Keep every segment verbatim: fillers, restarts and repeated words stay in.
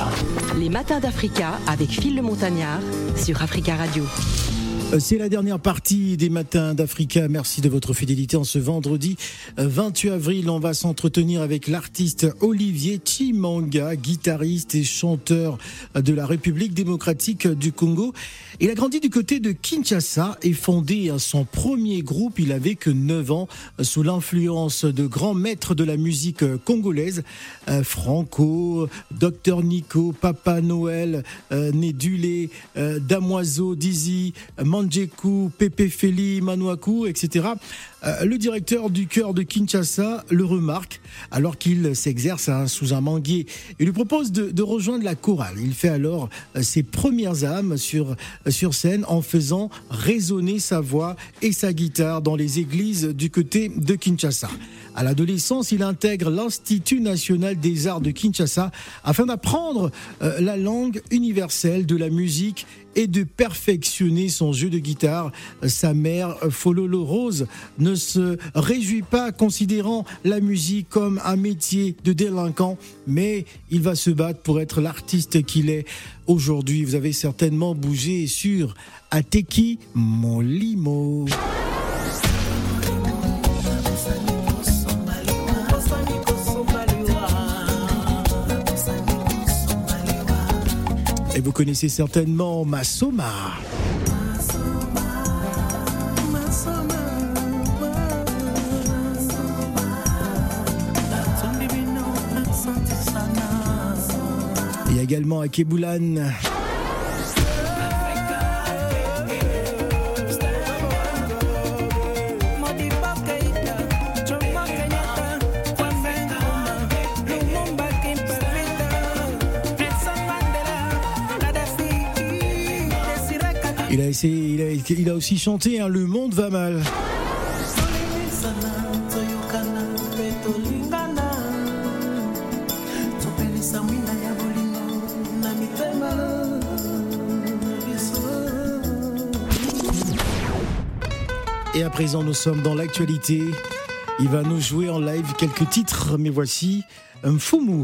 Les matins d'Africa avec Phil le Montagnard sur Africa Radio. C'est la dernière partie des matins d'Africa. Merci de votre fidélité. En ce vendredi vingt-huit avril, on va s'entretenir avec l'artiste Olivier Chimanga, guitariste et chanteur de la République démocratique du Congo. Il a grandi du côté de Kinshasa et fondé son premier groupe. Il avait que neuf ans, sous l'influence de grands maîtres de la musique congolaise, Franco, Docteur Nico, Papa Noël, Nédulé, Damoiseau, Dizzy, Mandjeku, Pépé Feli, Manouakou, et cetera. Euh, le directeur du chœur de Kinshasa le remarque alors qu'il s'exerce hein, sous un manguier. Il lui propose de, de rejoindre la chorale. Il fait alors euh, ses premières âmes sur, euh, sur scène en faisant résonner sa voix et sa guitare dans les églises du côté de Kinshasa. À l'adolescence, il intègre l'Institut national des arts de Kinshasa afin d'apprendre euh, la langue universelle de la musique et de perfectionner son jeu de guitare. Sa mère, Fololo Rose, ne se réjouit pas considérant la musique comme un métier de délinquant, mais il va se battre pour être l'artiste qu'il est aujourd'hui. Vous avez certainement bougé sur Ateki Molimo. Et vous connaissez certainement Masoma. Il y a également Akeboulan. Il a essayé, il a, il a aussi chanté hein, Le Monde va mal. Et à présent, nous sommes dans l'actualité. Il va nous jouer en live quelques titres, mais voici Mfumu.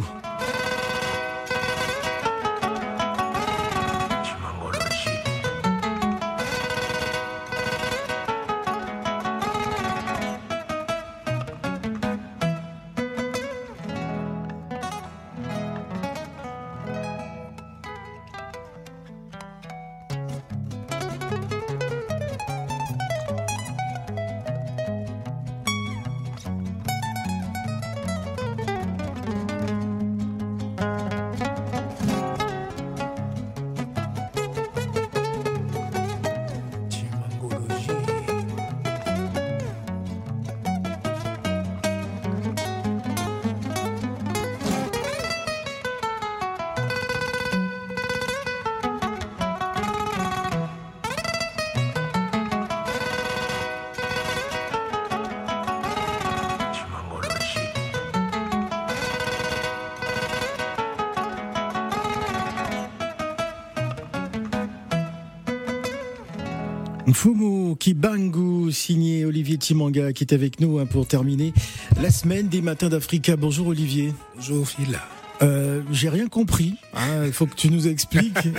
Mfumu Kibangu, signé Olivier Chimanga, qui est avec nous hein, pour terminer la semaine des matins d'Africa. Bonjour Olivier. Bonjour Phil. Euh, j'ai rien compris. Il hein, faut que tu nous expliques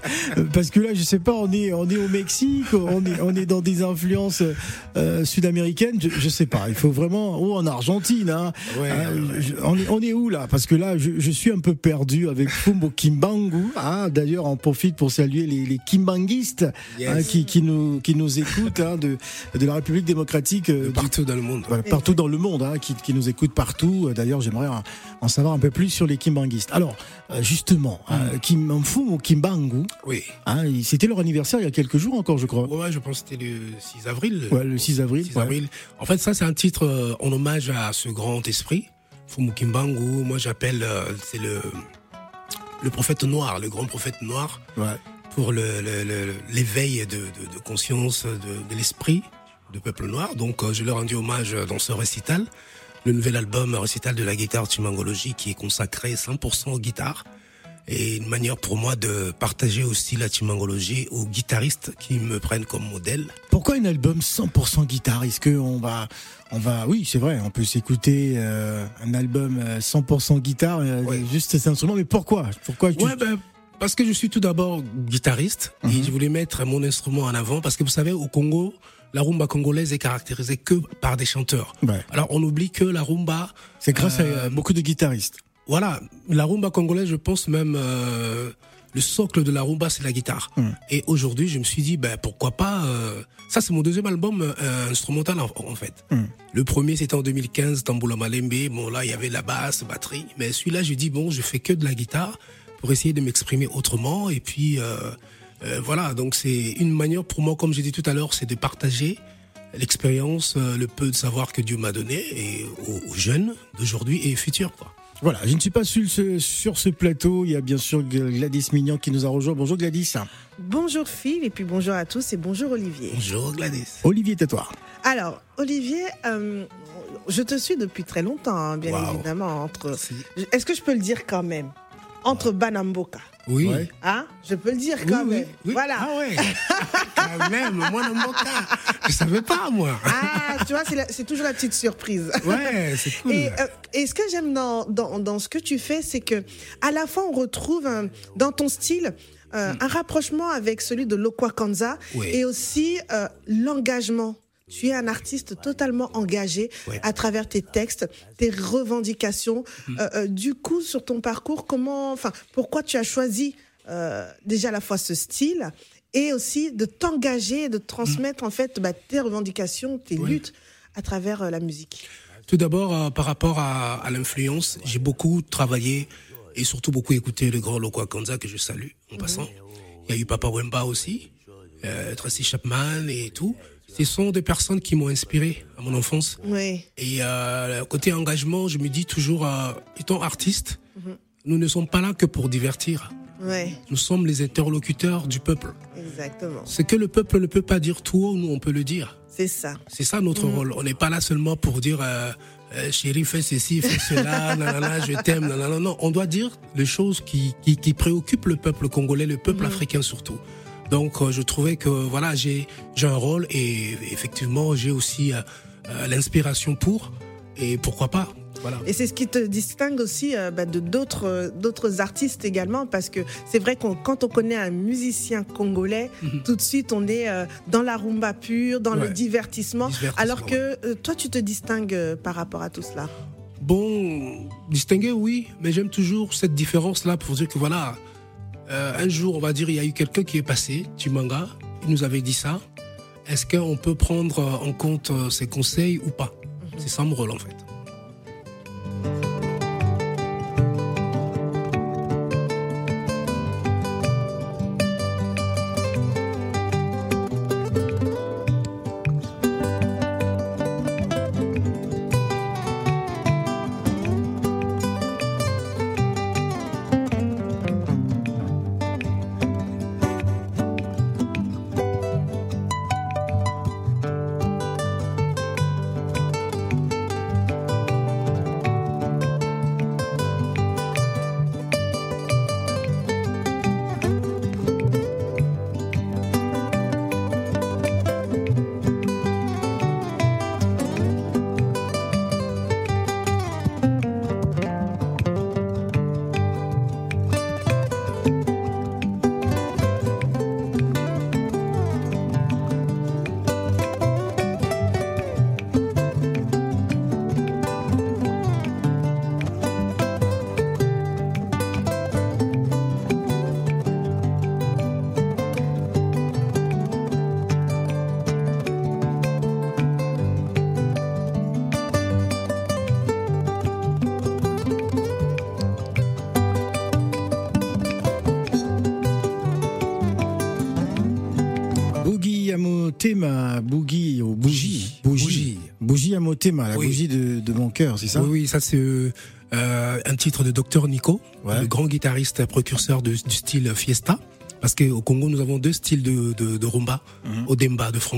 parce que là, je sais pas, on est on est au Mexique, on est on est dans des influences euh, sud-américaines. Je, je sais pas. Il faut vraiment oh en Argentine. Hein. Ouais, hein, ouais. Je, on est on est où là? Parce que là, je, je suis un peu perdu avec Mfumu Kimbangu. Hein. D'ailleurs, on profite pour saluer les, les Kimbanguistes yes. hein, qui qui nous qui nous écoutent hein, de de la République démocratique euh, partout du, dans le monde. Voilà, partout dans le monde, hein, qui qui nous écoutent partout. D'ailleurs, j'aimerais en, en savoir un peu plus sur les Kimbanguistes. Alors, euh, justement, mm. euh, Kim Mfumu Kimbangu, oui. hein, c'était leur anniversaire il y a quelques jours encore, je crois. Ouais, je pense que c'était le six avril. Ouais, le six avril. six avril. Ouais. En fait, ça, c'est un titre euh, en hommage à ce grand esprit, Mfumu Kimbangu. Moi, j'appelle, euh, c'est le, le prophète noir, le grand prophète noir, ouais. pour le, le, le, l'éveil de, de, de conscience de, de l'esprit du peuple noir. Donc, euh, je leur ai rendu hommage dans ce récital. Le nouvel album Récital de la guitare Chimangologie qui est consacré cent pour cent aux guitares. et une manière pour moi de partager aussi la timangologie aux guitaristes qui me prennent comme modèle. Pourquoi un album cent pour cent guitare? Est-ce que on va, on va, oui, c'est vrai, on peut s'écouter euh, un album cent pour cent guitare, euh, ouais. juste cet instrument, mais pourquoi? Pourquoi tu... Ouais, ben, parce que je suis tout d'abord guitariste mm-hmm. et je voulais mettre mon instrument en avant parce que vous savez, au Congo, la rumba congolaise est caractérisée que par des chanteurs. Ouais. Alors on oublie que la rumba... C'est grâce euh, à beaucoup de guitaristes. Voilà, la rumba congolaise, je pense même, euh, le socle de la rumba, c'est la guitare. Mmh. Et aujourd'hui, je me suis dit, ben pourquoi pas... Euh, ça, c'est mon deuxième album euh, instrumental, en, en fait. Mmh. Le premier, c'était en deux mille quinze, Tamboula Malembe. Bon, là, il y avait la basse, batterie. Mais celui-là, j'ai dit, bon, je fais que de la guitare pour essayer de m'exprimer autrement. Et puis, euh, euh, voilà, donc c'est une manière pour moi, comme j'ai dit tout à l'heure, c'est de partager l'expérience, euh, le peu de savoir que Dieu m'a donné et aux, aux jeunes d'aujourd'hui et futurs, quoi. Voilà, je ne suis pas sur ce, sur ce plateau. Il y a bien sûr Gladys Mignon qui nous a rejoint. Bonjour Gladys. Bonjour Phil et puis bonjour à tous et bonjour Olivier. Bonjour Gladys. Olivier, c'est à toi. Alors Olivier, euh, je te suis depuis très longtemps, hein, bien wow. évidemment. Entre, est-ce que je peux le dire quand même? Entre wow. Banamboka. Oui. Ouais. Hein? Je peux le dire quand oui, même. Oui, oui. Voilà. Ah ouais. Quand même, moi Namboka. Je savais pas moi. Ah, tu vois, c'est, la, c'est toujours la petite surprise. Ouais, c'est cool. Et, euh, et ce que j'aime dans, dans, dans ce que tu fais, c'est que à la fois on retrouve euh, dans ton style euh, mm. un rapprochement avec celui de Lokwa Kanza oui. et aussi euh, l'engagement. Tu es un artiste totalement engagé ouais. à travers tes textes, tes revendications. Mmh. Euh, euh, du coup, sur ton parcours, comment, enfin, pourquoi tu as choisi euh, déjà à la fois ce style et aussi de t'engager, de transmettre mmh. en fait bah, tes revendications, tes ouais. luttes à travers euh, la musique? Tout d'abord, euh, par rapport à, à l'influence, j'ai beaucoup travaillé et surtout beaucoup écouté le grand Lokwa Kanza que je salue en mmh. passant. Il y a eu Papa Wemba aussi, euh, Tracy Chapman et tout. Ce sont des personnes qui m'ont inspiré à mon enfance. Oui. Et euh, côté engagement, je me dis toujours, euh, étant artiste, mm-hmm. nous ne sommes pas là que pour divertir. Oui. Nous sommes les interlocuteurs du peuple. Exactement. Ce que le peuple ne peut pas dire tout haut, nous on peut le dire. C'est ça. C'est ça notre mm-hmm. rôle. On n'est pas là seulement pour dire euh, euh, chérie, fais ceci, fais cela, nanana, je t'aime, nanana. Non, on doit dire les choses qui, qui, qui préoccupent le peuple congolais, le peuple mm-hmm. africain surtout. Donc euh, je trouvais que voilà j'ai j'ai un rôle et effectivement j'ai aussi euh, euh, l'inspiration pour et pourquoi pas. Voilà. Et c'est ce qui te distingue aussi euh, bah, de d'autres euh, d'autres artistes également, parce que c'est vrai qu'on quand on connaît un musicien congolais, mm-hmm. tout de suite on est euh, dans la rumba pure, dans ouais. le divertissement, divertissement, alors que euh, toi tu te distingues euh, par rapport à tout cela. Bon, distinguer oui, mais j'aime toujours cette différence là pour dire que voilà. Euh, un jour, on va dire, il y a eu quelqu'un qui est passé, Timanga, il nous avait dit ça. Est-ce qu'on peut prendre en compte ses conseils ou pas? Mm-hmm. C'est ça mon rôle, en fait. Motema, bougie, ou bougie, bougie, bougie à Motema, la oui. bougie de, de mon cœur, c'est ça? Oui, oui, ça c'est euh, un titre de Docteur Nico, ouais. le grand guitariste précurseur de, du style fiesta. Parce qu'au Congo, nous avons deux styles de, de, de rumba, mm-hmm. Odemba de Franco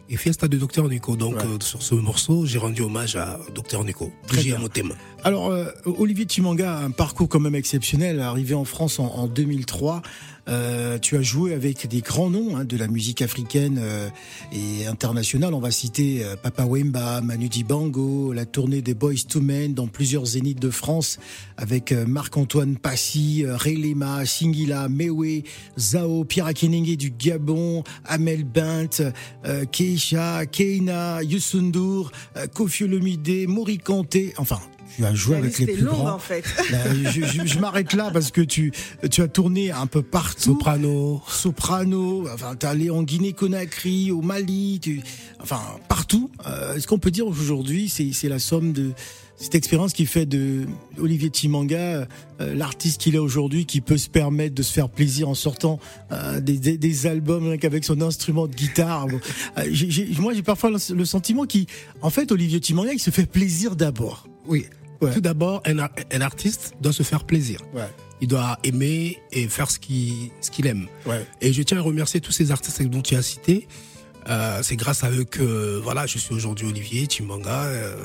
et Fiesta de Docteur Nico. Donc ouais. euh, sur ce morceau, j'ai rendu hommage à Docteur Nico. J'ai un thème. Alors euh, Olivier Chimanga a un parcours quand même exceptionnel, arrivé en France en, en deux mille trois. Euh, tu as joué avec des grands noms hein, de la musique africaine euh, et internationale. On va citer euh, Papa Wemba, Manu Dibango, la tournée des Boyz two Men dans plusieurs zéniths de France avec euh, Marc-Antoine Passy, euh, Ray Lema, Singila, Mewe, Zao, Pierre Akenenge du Gabon, Amel Bint, euh, Keisha, Keina, Youssou N'Dour, euh, Koffi Olomide, Mori Kanté, enfin... Tu as joué la avec les plus longue, grands. En fait. Là, je je, je m'arrête là parce que tu, tu as tourné un peu partout. Soprano. Soprano. Enfin, t'es allé en Guinée-Conakry, au Mali, tu, enfin, partout. Euh, est-ce qu'on peut dire qu'aujourd'hui, c'est, c'est la somme de cette expérience qui fait de Olivier Chimanga euh, l'artiste qu'il est aujourd'hui, qui peut se permettre de se faire plaisir en sortant euh, des, des, des albums rien qu'avec son instrument de guitare. Bon, euh, j'ai, j'ai, moi, j'ai parfois le, le sentiment qu'il, en fait, Olivier Chimanga, il se fait plaisir d'abord. Oui. Ouais. Tout d'abord, un, un artiste doit se faire plaisir. Ouais. Il doit aimer et faire ce qu'il, ce qu'il aime. Ouais. Et je tiens à remercier tous ces artistes dont tu as cité. Euh, c'est grâce à eux que voilà, je suis aujourd'hui Olivier Chimanga. Euh,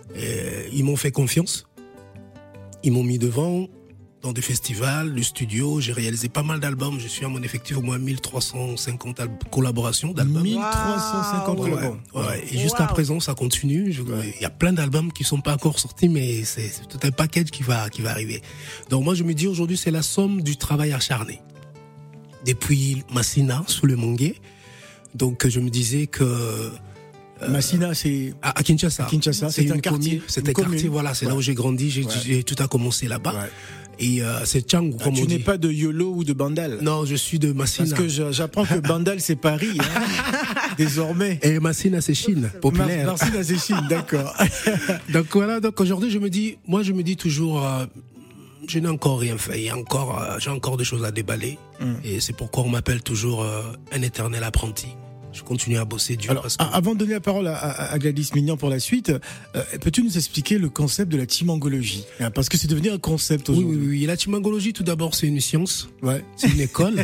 et ils m'ont fait confiance. Ils m'ont mis devant dans des festivals, le studio. J'ai réalisé pas mal d'albums. Je suis à mon effectif au moins mille trois cent cinquante al- collaborations d'albums. mille trois cent cinquante Ouais, collaborations. ouais, ouais. Et jusqu'à Wow. présent, ça continue. Je- Ouais. Il y a plein d'albums qui sont pas encore sortis, mais c'est, c'est tout un package qui va, qui va arriver. Donc moi, je me dis aujourd'hui, c'est la somme du travail acharné. Depuis Massina, sous le Mongué. Donc je me disais que Euh, Massina, c'est à, à Kinshasa, à Kinshasa, c'est, c'est un une quartier, commune, c'est une un quartier, commune. voilà, c'est Ouais. là où j'ai grandi, j'ai, Ouais. j'ai- tout a commencé là-bas. Ouais. Et euh, c'est Tchangou, Ah, comme tu on n'es dit. pas de Yolo ou de Bandal. Non, je suis de Massina. Parce que je- j'apprends que Bandal c'est Paris, hein, désormais. Et Massina, c'est Chine, populaire. Merci Nazéchine, d'accord. Donc voilà, donc aujourd'hui je me dis, moi je me dis toujours, euh, je n'ai encore rien fait, il y a encore, euh, j'ai encore des choses à déballer, Mm. et c'est pourquoi on m'appelle toujours euh, un éternel apprenti. Je continue à bosser dur. Alors, parce que... a- avant de donner la parole à, à- à Gladys Mignon pour la suite, euh, peux-tu nous expliquer le concept de la chimangologie? Hein, parce que c'est devenu un concept Oui, aujourd'hui. oui, oui. La chimangologie, tout d'abord, c'est une science, Ouais. c'est une école.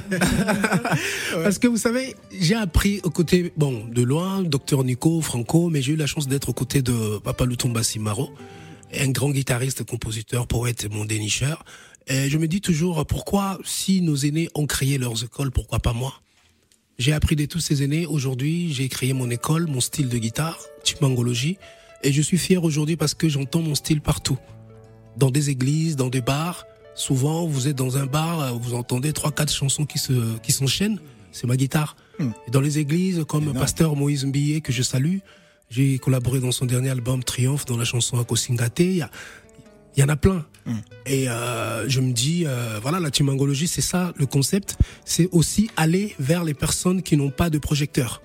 Parce que vous savez, j'ai appris aux côtés, bon, de loin, docteur Nico, Franco, mais j'ai eu la chance d'être aux côtés de Papa Lutumba Simaro, un grand guitariste, compositeur, poète, mon dénicheur. Et je me dis toujours, pourquoi, si nos aînés ont créé leurs écoles, pourquoi pas moi? J'ai appris de tous ces aînés. Aujourd'hui, j'ai créé mon école, mon style de guitare, chimangologie. Et je suis fier aujourd'hui parce que j'entends mon style partout. Dans des églises, dans des bars. Souvent, vous êtes dans un bar, vous entendez trois, quatre chansons qui se, qui s'enchaînent. C'est ma guitare. Hmm. Et dans les églises, comme Énorme. Pasteur Moïse Mbiye, que je salue, j'ai collaboré dans son dernier album Triomphe, dans la chanson Akosingate. Il y a, il y en a plein. Mm. Et euh, je me dis, euh, voilà, la chimangologie, c'est ça le concept. C'est aussi aller vers les personnes qui n'ont pas de projecteur.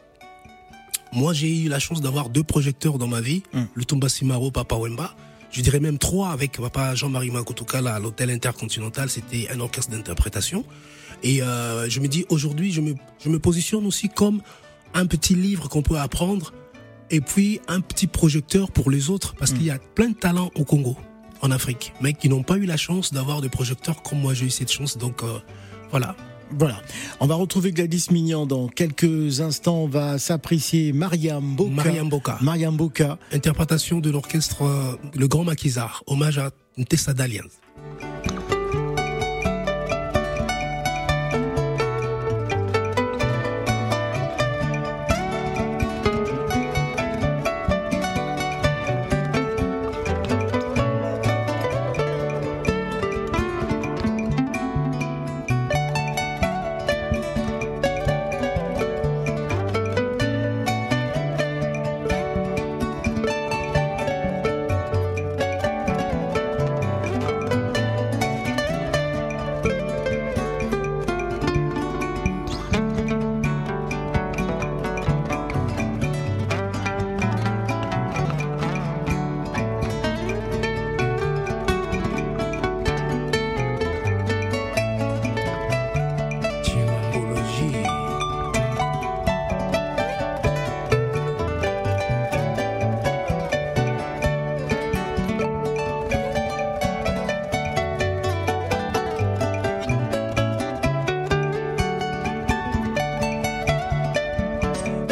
Moi, j'ai eu la chance d'avoir deux projecteurs dans ma vie. Mm. Lutumba Simaro, Papa Wemba. Je dirais même trois avec Papa Jean-Marie Makotoukala à l'hôtel Intercontinental. C'était un orchestre d'interprétation. Et euh, je me dis, aujourd'hui, je me, je me positionne aussi comme un petit livre qu'on peut apprendre. Et puis, un petit projecteur pour les autres. Parce mm. qu'il y a plein de talents au Congo, en Afrique, mais qui n'ont pas eu la chance d'avoir des projecteurs comme moi j'ai eu cette chance. Donc euh, voilà. Voilà. On va retrouver Gladys Mignon dans quelques instants. On va s'apprécier Mariam Boka. Mariam Boka. Mariam Boka. Interprétation de l'orchestre euh, Le Grand Maquisard. Hommage à Ntessa Dalian.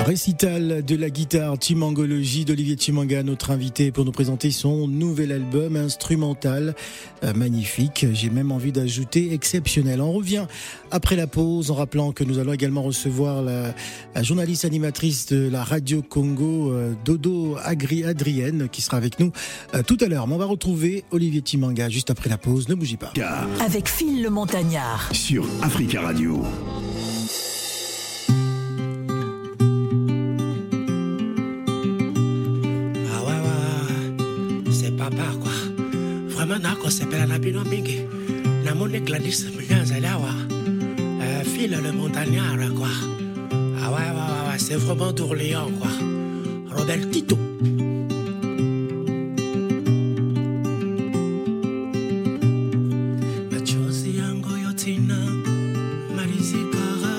Récital de la guitare Chimangologie d'Olivier Chimanga, notre invité pour nous présenter son nouvel album instrumental euh, magnifique. J'ai même envie d'ajouter exceptionnel. On revient après la pause en rappelant que nous allons également recevoir la, la journaliste animatrice de la Radio Congo, euh, Dodo Agri Adrienne, qui sera avec nous euh, tout à l'heure. Mais on va retrouver Olivier Chimanga juste après la pause. Ne bougez pas. Avec Phil le Montagnard sur Africa Radio. Nako sepela na bino mingi na moni Gladys Mnyanzalawa euh, Phil le Montagnard quoi. Ah ouais ouais ouais, c'est vraiment d'Orléans quoi. Robert Tito. Machozi yango yotina malizikara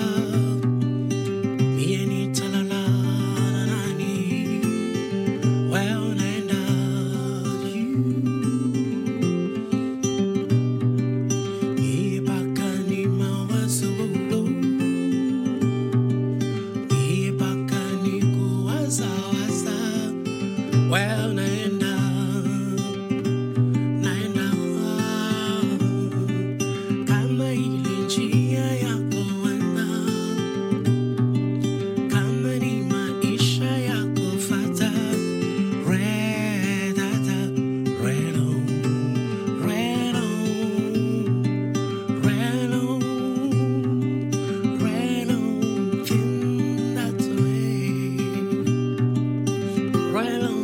mieni talala nani well naenda you. Well, naenda, naenda, kama ile njia yako wenda, kama ni maisha yako fata, redata, redo, redo, redo, redo, in that way, redo.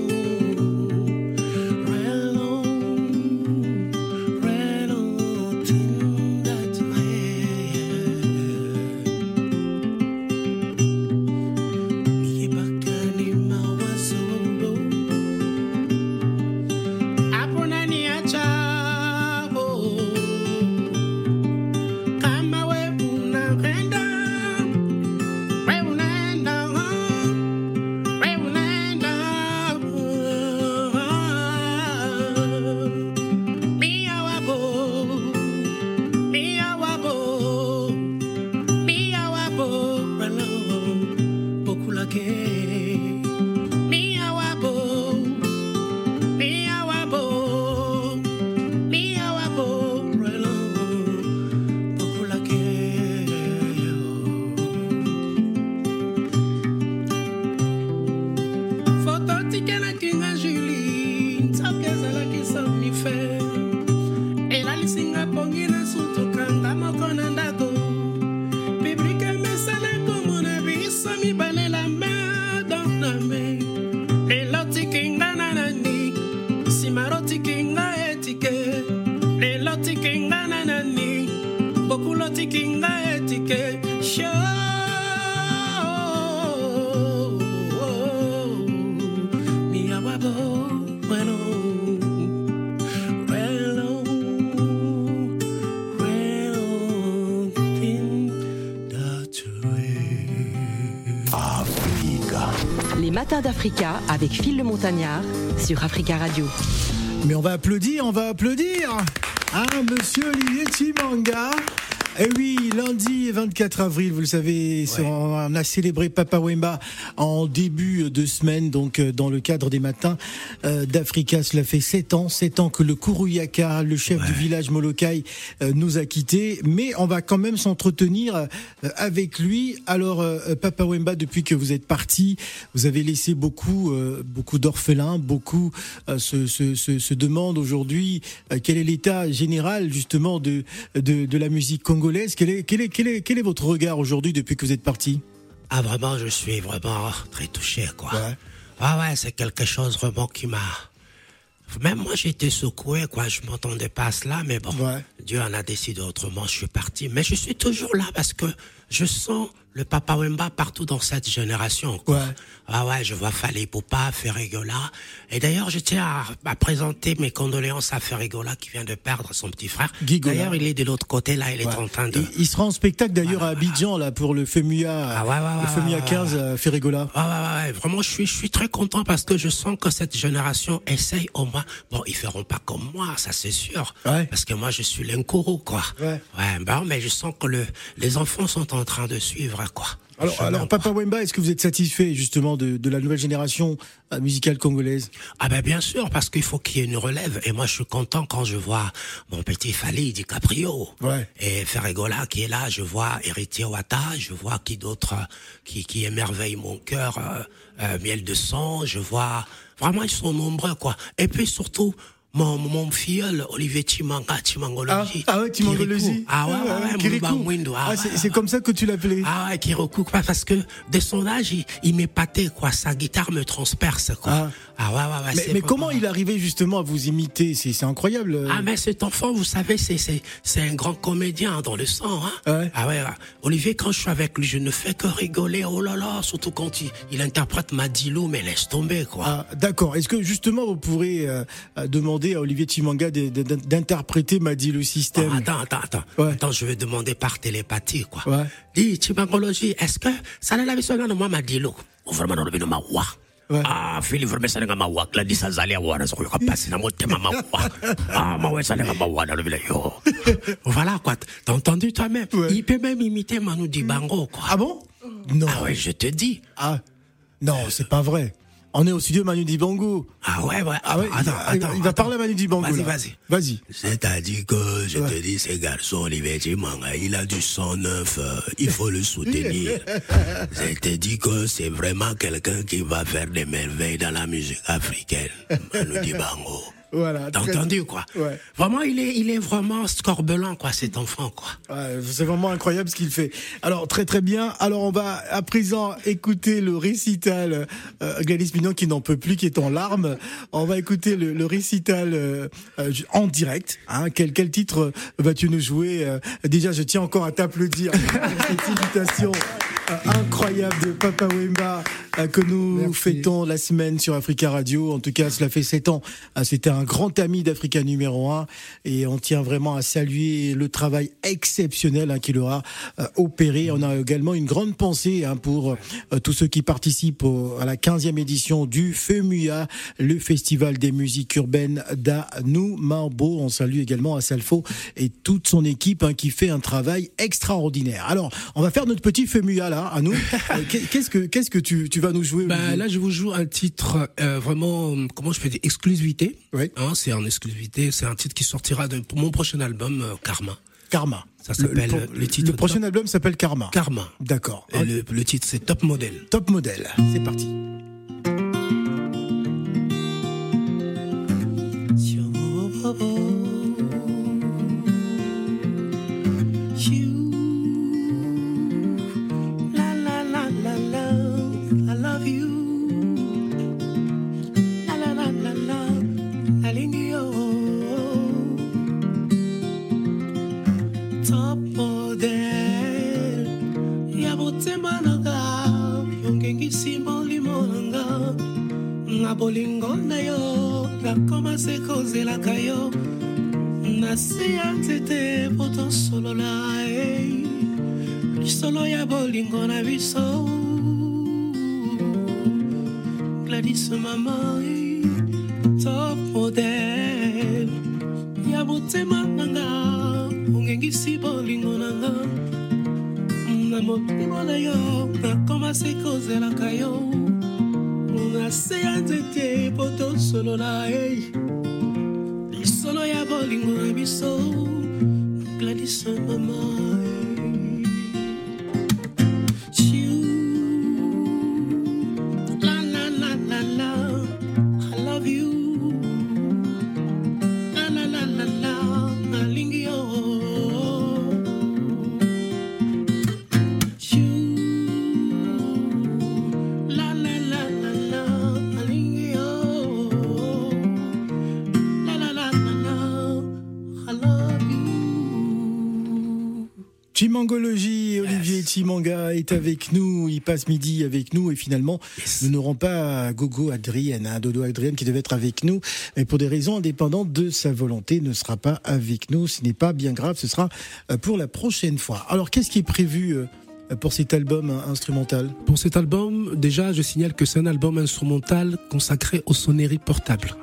Les matins d'Africa avec Phil le Montagnard sur Africa Radio. Mais on va applaudir, on va applaudir hein, Monsieur Olivier Chimanga. Eh oui, lundi vingt-quatre avril, vous le savez, ouais. On a célébré Papa Wemba en début de semaine, donc dans le cadre des matins euh, d'Africa. Cela fait sept ans, sept ans que le Kuruyaka, le chef ouais. du village Molokai, euh, nous a quittés. Mais on va quand même s'entretenir euh, avec lui. Alors, euh, Papa Wemba, depuis que vous êtes parti, vous avez laissé beaucoup, euh, beaucoup d'orphelins, beaucoup euh, se, se, se, se demandent aujourd'hui euh, quel est l'état général justement de, de, de la musique congolaise. Quel est, quel, est, quel, est, quel est votre regard aujourd'hui depuis que vous êtes parti? Ah vraiment, je suis vraiment très touché quoi. Ouais. Ah ouais, c'est quelque chose vraiment qui m'a... Même moi j'étais secoué quoi, je m'entendais pas à cela, mais bon, ouais. Dieu en a décidé autrement, je suis parti. Mais je suis toujours là parce que je sens le Papa Wemba partout dans cette génération quoi. Ouais. Ah ouais, je vois Fally Ipupa, Ferregola. Et d'ailleurs, je tiens à, à présenter mes condoléances à Ferregola qui vient de perdre son petit frère. Gigola. D'ailleurs, il est de l'autre côté là, il est ouais. en train de... Il, il sera en spectacle d'ailleurs voilà, à Abidjan là pour le FEMUA, ah ouais, ouais, ouais, le FEMUA ouais, quinze ouais. Ferregola. Ouais, ouais, ouais, vraiment, je suis, je suis très content parce que je sens que cette génération essaye au moins. Bon, ils feront pas comme moi, ça c'est sûr. Ouais. Parce que moi, je suis l'Nkoro, quoi. Ouais. Ouais, bah, mais je sens que le, les enfants sont en train de suivre, quoi. Alors, alors Papa Wemba, est-ce que vous êtes satisfait justement de, de la nouvelle génération euh, musicale congolaise? Ah ben bien sûr, parce qu'il faut qu'il y ait une relève. Et moi, je suis content quand je vois mon petit Fally DiCaprio ouais. et Ferregola qui est là. Je vois Héritier Wata, je vois qui d'autre qui, qui émerveille mon cœur, euh, euh, Miel de Son. Je vois vraiment ils sont nombreux quoi. Et puis surtout. Mon, mon filleul, Olivier Chimanga, Chimangologie. Ah, ah ouais, Chimangologie. Ah ouais, ouais, ouais, ouais, ah, ah, c'est, c'est comme ça que tu l'appelais. Ah ouais, Kirikou, parce que de son âge, il, il m'épatait, quoi. Sa guitare me transperce, quoi. Ah, ah ouais, ouais, ouais. Mais, mais comment il arrivait justement à vous imiter? C'est, c'est incroyable. Ah, mais cet enfant, vous savez, c'est, c'est, c'est un grand comédien dans le sang, hein. Ah ouais. Ah ouais, ouais. Olivier, quand je suis avec lui, je ne fais que rigoler, oh là là, surtout quand il, il interprète Madilou, mais laisse tomber, quoi. Ah, d'accord. Est-ce que justement, vous pourrez euh, demander à Olivier Chimanga de, de, de, d'interpréter Madilou Système? Ah, attends, attends, attends. Ouais. Attends, je vais demander par télépathie, quoi. Ouais. Dis, Chimangologie, est-ce que ça l'a lavé sur de moi, Madilou? Ou vraiment, on le veut ma wa. Ah, Philippe, vraiment, ça n'a ma wa. La dit ça, Zalia, wa, ça va passer dans mon thème, ma wa. Ah, ma wa, ça n'a ma wa, dans le village. Voilà, quoi. T'as entendu toi-même? Ouais. Il peut même imiter Manu Dibango, quoi. Ah bon? Non. Ah ouais, je te dis. Ah, non, c'est pas vrai. On est au studio Manu Dibango. Ah ouais, ouais. Ah ouais, attends, il, attends, il va attends. parler à Manu Dibango. Vas-y, là. vas-y. Vas-y. C'est-à-dire que, je ouais. te dis, ce garçon, Olivier Chimanga, il a du sang neuf, euh, il faut le soutenir. Je te dis que c'est vraiment quelqu'un qui va faire des merveilles dans la musique africaine. Manu Dibango. Voilà. T'as entendu, quoi? Ouais. Vraiment, il est, il est vraiment scorbelant, quoi, cet enfant, quoi. Ouais, c'est vraiment incroyable ce qu'il fait. Alors, très très bien. Alors, on va à présent écouter le récital, euh, Gladys Mignon qui n'en peut plus, qui est en larmes. On va écouter le, le récital euh, en direct. Hein. Quel, quel titre vas-tu nous jouer? euh, Déjà, je tiens encore à t'applaudir pour cette invitation euh, incroyable de Papa Wemba euh, que nous Merci. fêtons la semaine sur Africa Radio. En tout cas, cela fait sept ans. Euh, C'était un grand ami d'Africa numéro un et on tient vraiment à saluer le travail exceptionnel hein, qu'il aura euh, opéré. On a également une grande pensée hein, pour euh, tous ceux qui participent au, à la quinzième édition du FEMUA, le Festival des musiques urbaines d'Anoumambo. On salue également Assalfo et toute son équipe hein, qui fait un travail extraordinaire. Alors, on va faire notre petit FEMUA là, à nous. qu'est-ce que qu'est-ce que tu, tu vas nous jouer? Bah, là, je vous joue un titre euh, vraiment, comment je peux dire, exclusivité. Oui. Hein, c'est en exclusivité. C'est un titre qui sortira de mon prochain album, euh, Karma. Karma. Ça s'appelle le, le, le titre. Le prochain top... album s'appelle Karma. Karma. D'accord. Et le, le titre c'est Top Model. Top Model. C'est parti. bolingo na yo nakomase kozelaka yo nase ya nzete po tosolola e lisolo ya bolingo na biso Gladys mama top model ya motema nanga ongengisi bolingo nanga na motema na yo nakomase kozelaka yo nase ya nzete po tosolola e lisolo ya bolingo na biso Gladys mama Chimangologie, Olivier yes. Chimanga est avec nous, il passe midi avec nous et finalement yes. nous n'aurons pas Gogo Adrienne, hein, Dodo Adrienne qui devait être avec nous, mais pour des raisons indépendantes de sa volonté ne sera pas avec nous, ce n'est pas bien grave, ce sera pour la prochaine fois. Alors qu'est-ce qui est prévu pour cet album instrumental? Pour cet album, déjà je signale que c'est un album instrumental consacré aux sonneries portables.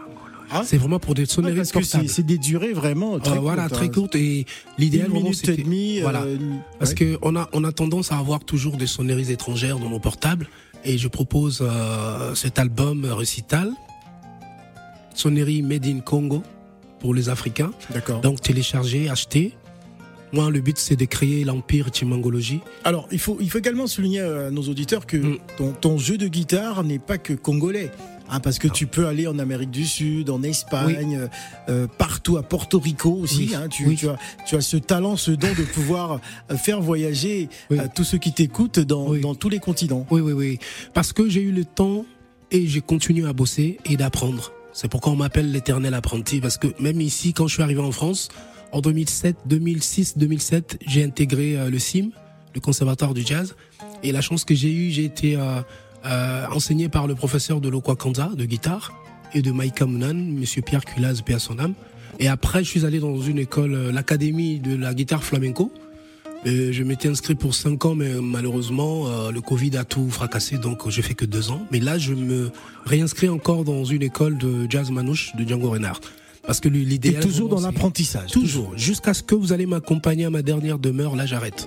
Ah. C'est vraiment pour des sonneries ah, parce portables. Que c'est, c'est des durées vraiment très euh, courtes. Voilà, très courtes. Et l'idéal, une minute et demie. Voilà. Euh, parce ouais. qu'on a, on a tendance à avoir toujours des sonneries étrangères dans nos portables. Et je propose euh, cet album Récital, sonnerie Made in Congo pour les Africains. D'accord. Donc télécharger, acheter. Moi, le but, c'est de créer l'empire Chimangologie. Alors, il faut, il faut également souligner à nos auditeurs que mm. ton, ton jeu de guitare n'est pas que congolais. Hein, parce que non. tu peux aller en Amérique du Sud, en Espagne, oui. euh, partout, à Porto Rico aussi. Oui. Hein, tu, oui. tu, as, tu as ce talent, ce don de pouvoir faire voyager oui. euh, tous ceux qui t'écoutent dans, oui. dans tous les continents. Oui, oui, oui. Parce que j'ai eu le temps et j'ai continué à bosser et d'apprendre. C'est pourquoi on m'appelle l'éternel apprenti. Parce que même ici, quand je suis arrivé en France, en deux mille sept, deux mille six, deux mille sept, j'ai intégré euh, le C I M, le Conservatoire du Jazz. Et la chance que j'ai eue, j'ai été euh, euh, enseigné par le professeur de Lokwa Kanza, de guitare, et de Maïka Mounan, monsieur Pierre Culaz, paix à son âme. Et après, je suis allé dans une école, euh, l'académie de la guitare flamenco. Et je m'étais inscrit pour cinq ans, mais malheureusement, euh, le Covid a tout fracassé, donc j'ai fait que deux ans. Mais là, je me réinscris encore dans une école de jazz manouche de Django Reinhardt. Parce que l'idéal. Et toujours dans l'apprentissage. Toujours. Jusqu'à ce que vous allez m'accompagner à ma dernière demeure, là j'arrête.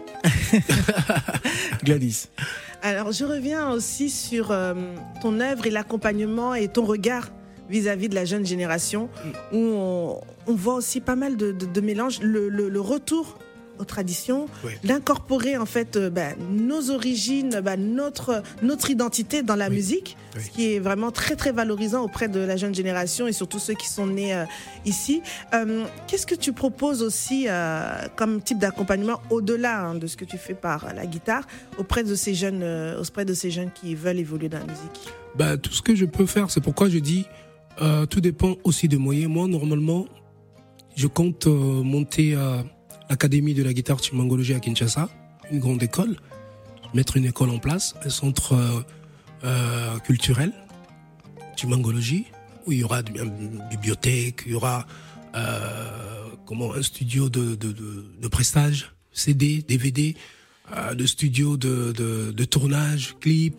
Gladys. Alors je reviens aussi sur euh, ton œuvre et l'accompagnement et ton regard vis-à-vis de la jeune génération, où on, on voit aussi pas mal de, de, de mélanges, le, le, le retour aux traditions, oui. d'incorporer en fait euh, bah, nos origines, bah, notre, notre identité dans la oui. musique, oui. ce qui est vraiment très très valorisant auprès de la jeune génération et surtout ceux qui sont nés euh, ici. Euh, qu'est-ce que tu proposes aussi euh, comme type d'accompagnement au-delà hein, de ce que tu fais par la guitare auprès de ces jeunes, euh, auprès de ces jeunes qui veulent évoluer dans la musique? Bah, tout ce que je peux faire, c'est pourquoi je dis euh, tout dépend aussi des moyens. Moi, normalement, je compte euh, monter euh, l'Académie de la guitare Chimangologie à Kinshasa, une grande école, mettre une école en place, un centre euh, euh, culturel, Chimangologie, où il y aura une bibliothèque, il y aura euh, comment, un studio de, de, de, de pressage, C D, D V D, euh, de studio de, de, de tournage, clip,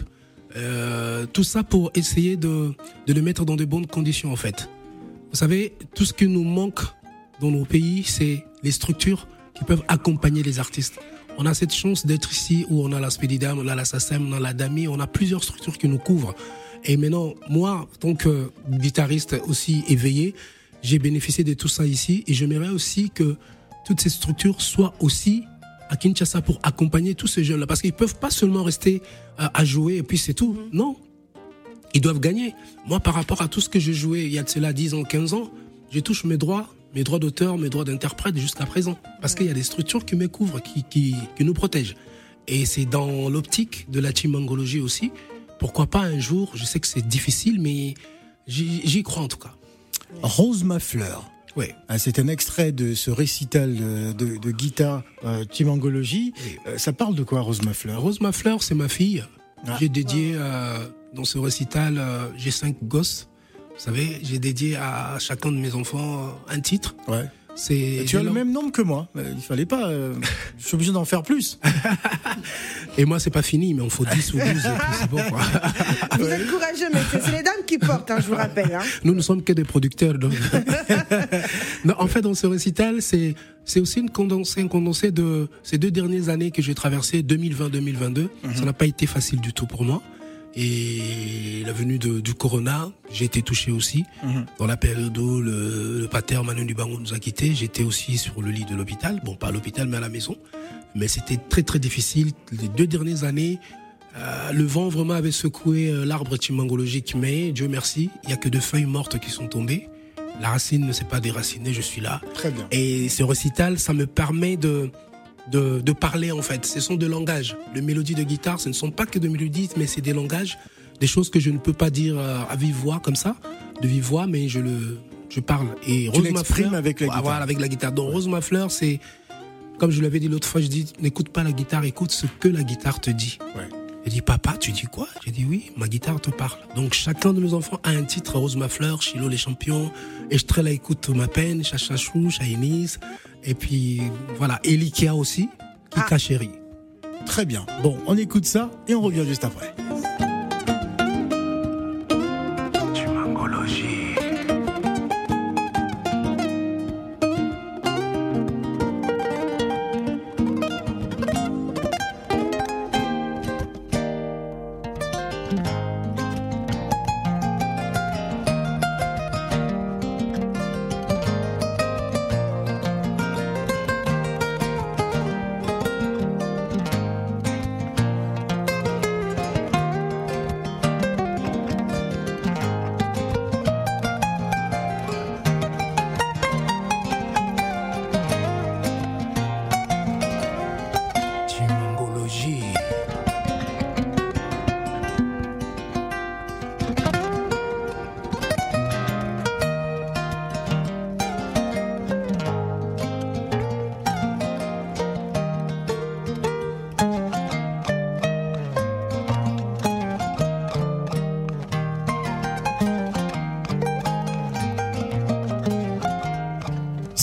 euh, tout ça pour essayer de, de le mettre dans de bonnes conditions en fait. Vous savez, tout ce qui nous manque dans nos pays, c'est les structures qui peuvent accompagner les artistes. On a cette chance d'être ici où on a la Spedidam, on a la SACEM, on a la D A M I, on a plusieurs structures qui nous couvrent. Et maintenant, moi, en tant que guitariste aussi éveillé, j'ai bénéficié de tout ça ici et j'aimerais aussi que toutes ces structures soient aussi à Kinshasa pour accompagner tous ces jeunes-là. Parce qu'ils ne peuvent pas seulement rester à jouer et puis c'est tout. Mmh. Non. Ils doivent gagner. Moi, par rapport à tout ce que j'ai joué il y a de cela dix ans, quinze ans, je touche mes droits. mes droits d'auteur, mes droits d'interprète jusqu'à présent. Parce qu'il y a des structures qui me couvrent, qui, qui, qui nous protègent. Et c'est dans l'optique de la Chimangologie aussi. Pourquoi pas un jour, je sais que c'est difficile, mais j'y, j'y crois en tout cas. Rose ma fleur. Oui. C'est un extrait de ce récital de, de, de guitare euh, Chimangologie. Oui. Euh, ça parle de quoi, Rose ma fleur? Rose ma fleur, c'est ma fille. Ah. J'ai dédié, euh, dans ce récital, euh, j'ai cinq gosses. Vous savez, j'ai dédié à chacun de mes enfants un titre. Ouais. C'est tu as le même nombre que moi. Il fallait pas. Euh, je suis obligé d'en faire plus. Et moi, c'est pas fini, mais on faut dix ou douze. Et puis c'est bon, quoi. Vous êtes courageux, mais c'est les dames qui portent, hein, je vous rappelle. Hein. Nous ne sommes que des producteurs. Donc. Non, en fait, dans ce récital, c'est c'est aussi une condensée, un condensé de ces deux dernières années que j'ai traversées, deux mille vingt deux mille vingt-deux. Mm-hmm. Ça n'a pas été facile du tout pour moi. Et la venue de, du corona, j'ai été touché aussi. Mmh. Dans la période où le, le pater Manu Dibango nous a quittés, j'étais aussi sur le lit de l'hôpital. Bon, pas à l'hôpital, mais à la maison. Mais c'était très, très difficile. Les deux dernières années, euh, le vent vraiment avait secoué euh, l'arbre chimangologique. Mais, Dieu merci, il n'y a que deux feuilles mortes qui sont tombées. La racine ne s'est pas déracinée, je suis là. Très bien. Et ce récital, ça me permet de... De, de parler en fait, ce sont des langages. Les mélodies de guitare, ce ne sont pas que des mélodies, mais c'est des langages, des choses que je ne peux pas dire à vive voix comme ça, de vive voix, mais je le, je parle. Et Rose ma fleur avec la guitare. Voilà, avec la guitare. Donc Rose ma fleur, c'est comme je l'avais dit l'autre fois, je dis n'écoute pas la guitare, écoute ce que la guitare te dit. Ouais. Elle dit papa, tu dis quoi? J'ai dit oui, ma guitare te parle. Donc chacun de nos enfants a un titre, Rose ma fleur, Chilo les champions, Estrella écoute ma peine, Chachachou, Chainis. Et puis, voilà, Elikia aussi, Kika ah. Chéri. Très bien. Bon, on écoute ça et on revient juste après.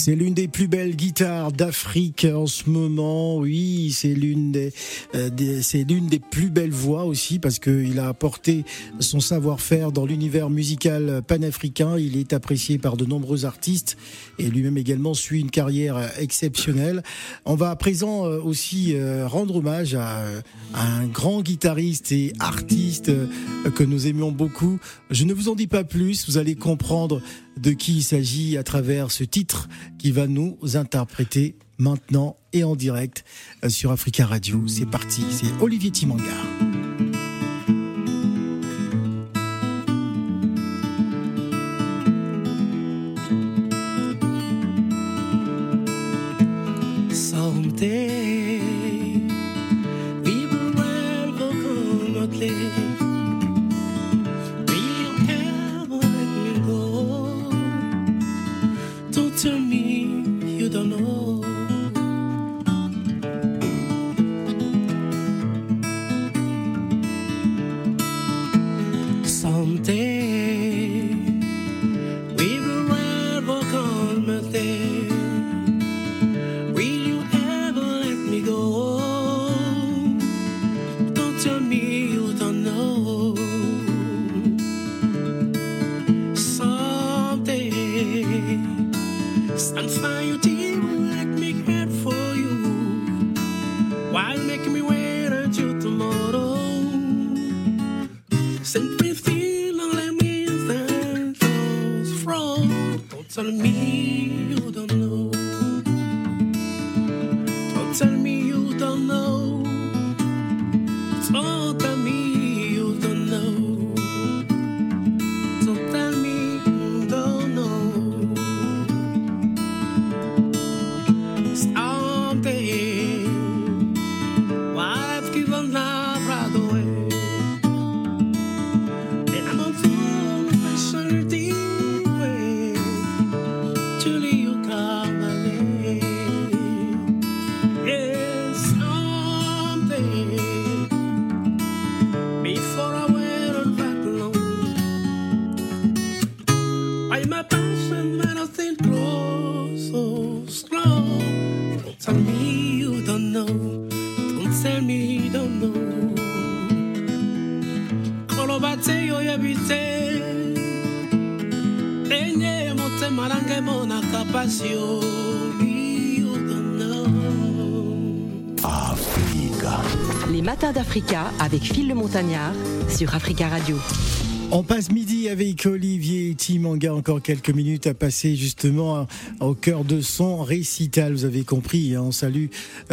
C'est l'une des plus belles guitares d'Afrique en ce moment. Oui, c'est l'une des, euh, des c'est l'une des plus belles voix aussi parce que il a apporté son savoir-faire dans l'univers musical panafricain. Il est apprécié par de nombreux artistes et lui-même également suit une carrière exceptionnelle. On va à présent aussi rendre hommage à, à un grand guitariste et artiste que nous aimions beaucoup. Je ne vous en dis pas plus, vous allez comprendre de qui il s'agit à travers ce titre qui va nous interpréter maintenant et en direct sur Africa Radio. C'est parti, c'est Olivier Timanga. Les matins d'Africa avec Phil le Montagnard sur Africa Radio. On passe midi avec Olivier Timanga, encore quelques minutes à passer justement au cœur de son récital. Vous avez compris, hein, on salue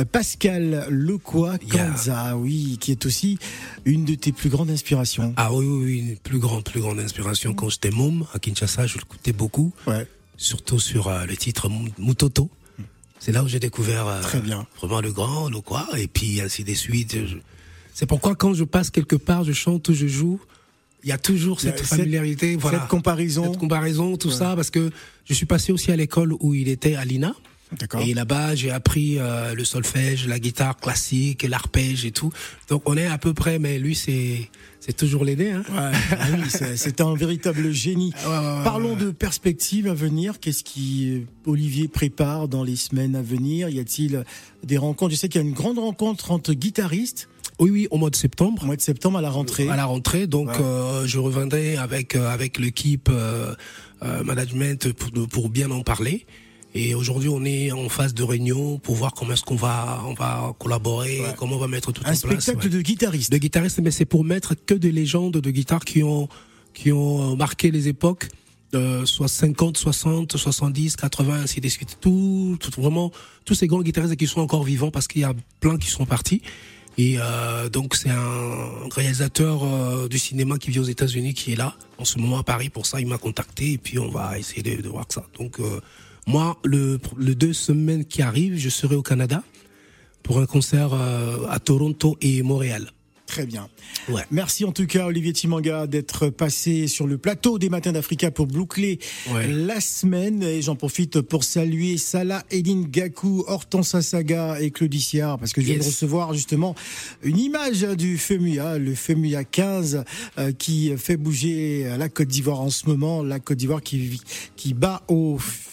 Pascal Lokwa Kanza, yeah. Oui, qui est aussi une de tes plus grandes inspirations. Ah oui, oui, oui, une plus grande, plus grande inspiration. Quand j'étais môme à Kinshasa, je l'écoutais beaucoup, ouais. Surtout sur euh, le titre Mutoto. C'est là où j'ai découvert euh, Très bien. Vraiment le grand Lokwa, et puis ainsi de suite. Je... C'est pourquoi quand je passe quelque part, je chante ou je joue, il y a toujours cette, cette familiarité, voilà, cette comparaison, cette comparaison, tout ouais. ça, parce que je suis passé aussi à l'école où il était à l'I N A. D'accord. Et là-bas, j'ai appris euh, le solfège, la guitare classique, l'arpège et tout. Donc on est à peu près, mais lui c'est c'est toujours l'aîné. Hein. Ouais, oui, c'est, c'est un véritable génie. Ouais, ouais, ouais, Parlons ouais. de perspectives à venir. Qu'est-ce qui Olivier prépare dans les semaines à venir? Y a-t-il des rencontres? Je sais qu'il y a une grande rencontre entre guitaristes. Oui, oui, au mois de septembre. Au mois de septembre, à la rentrée. À la rentrée, donc ouais. euh, je reviendrai avec euh, avec l'équipe euh, euh, management pour pour bien en parler. Et aujourd'hui, on est en phase de réunion pour voir comment est-ce qu'on va on va collaborer, ouais. comment on va mettre tout Un en place. Un spectacle ouais. de guitaristes. De guitaristes, mais c'est pour mettre que des légendes de guitare qui ont qui ont marqué les époques. Euh, soit cinquante, soixante, soixante-dix, quatre-vingts, ainsi de suite. Tout, tout vraiment tous ces grands guitaristes qui sont encore vivants parce qu'il y a plein qui sont partis. Et euh, donc c'est un réalisateur euh, du cinéma qui vit aux États-Unis qui est là en ce moment à Paris. Pour ça, il m'a contacté et puis on va essayer de, de voir ça. Donc euh, moi, le, le deux semaines qui arrivent, je serai au Canada pour un concert euh, à Toronto et Montréal. Très bien. Ouais. Merci en tout cas Olivier Timanga d'être passé sur le plateau des Matins d'Africa pour boucler ouais. la semaine. Et j'en profite pour saluer Salah Eline Gakou, Hortense Saga et Claudie Siard parce que je viens yes. de recevoir justement une image du FEMUA, le FEMUA quinze euh, qui fait bouger la Côte d'Ivoire en ce moment. La Côte d'Ivoire qui, qui bat au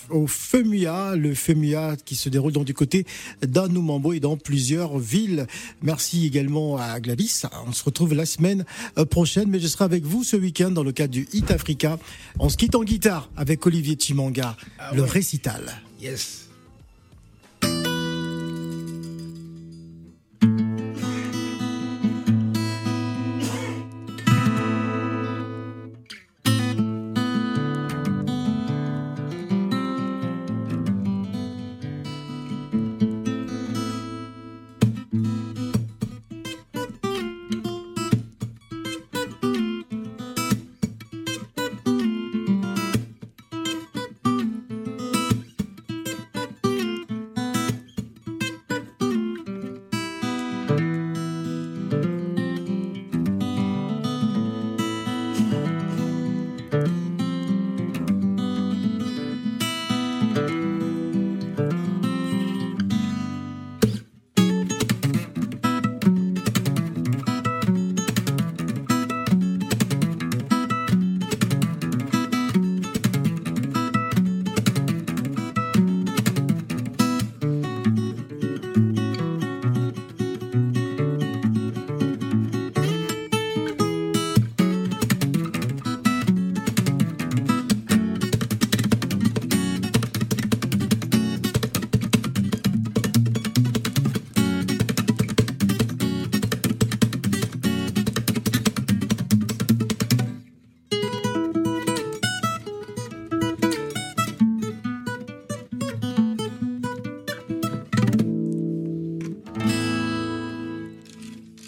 au FEMUA, le FEMUA qui se déroule donc du côté d'Anoumambo et dans plusieurs villes. Merci également à Gladys. On se retrouve la semaine prochaine, mais je serai avec vous ce week-end dans le cadre du Hit Africa. On se quitte en guitare avec Olivier Chimanga, ah, le ouais. récital. Yes.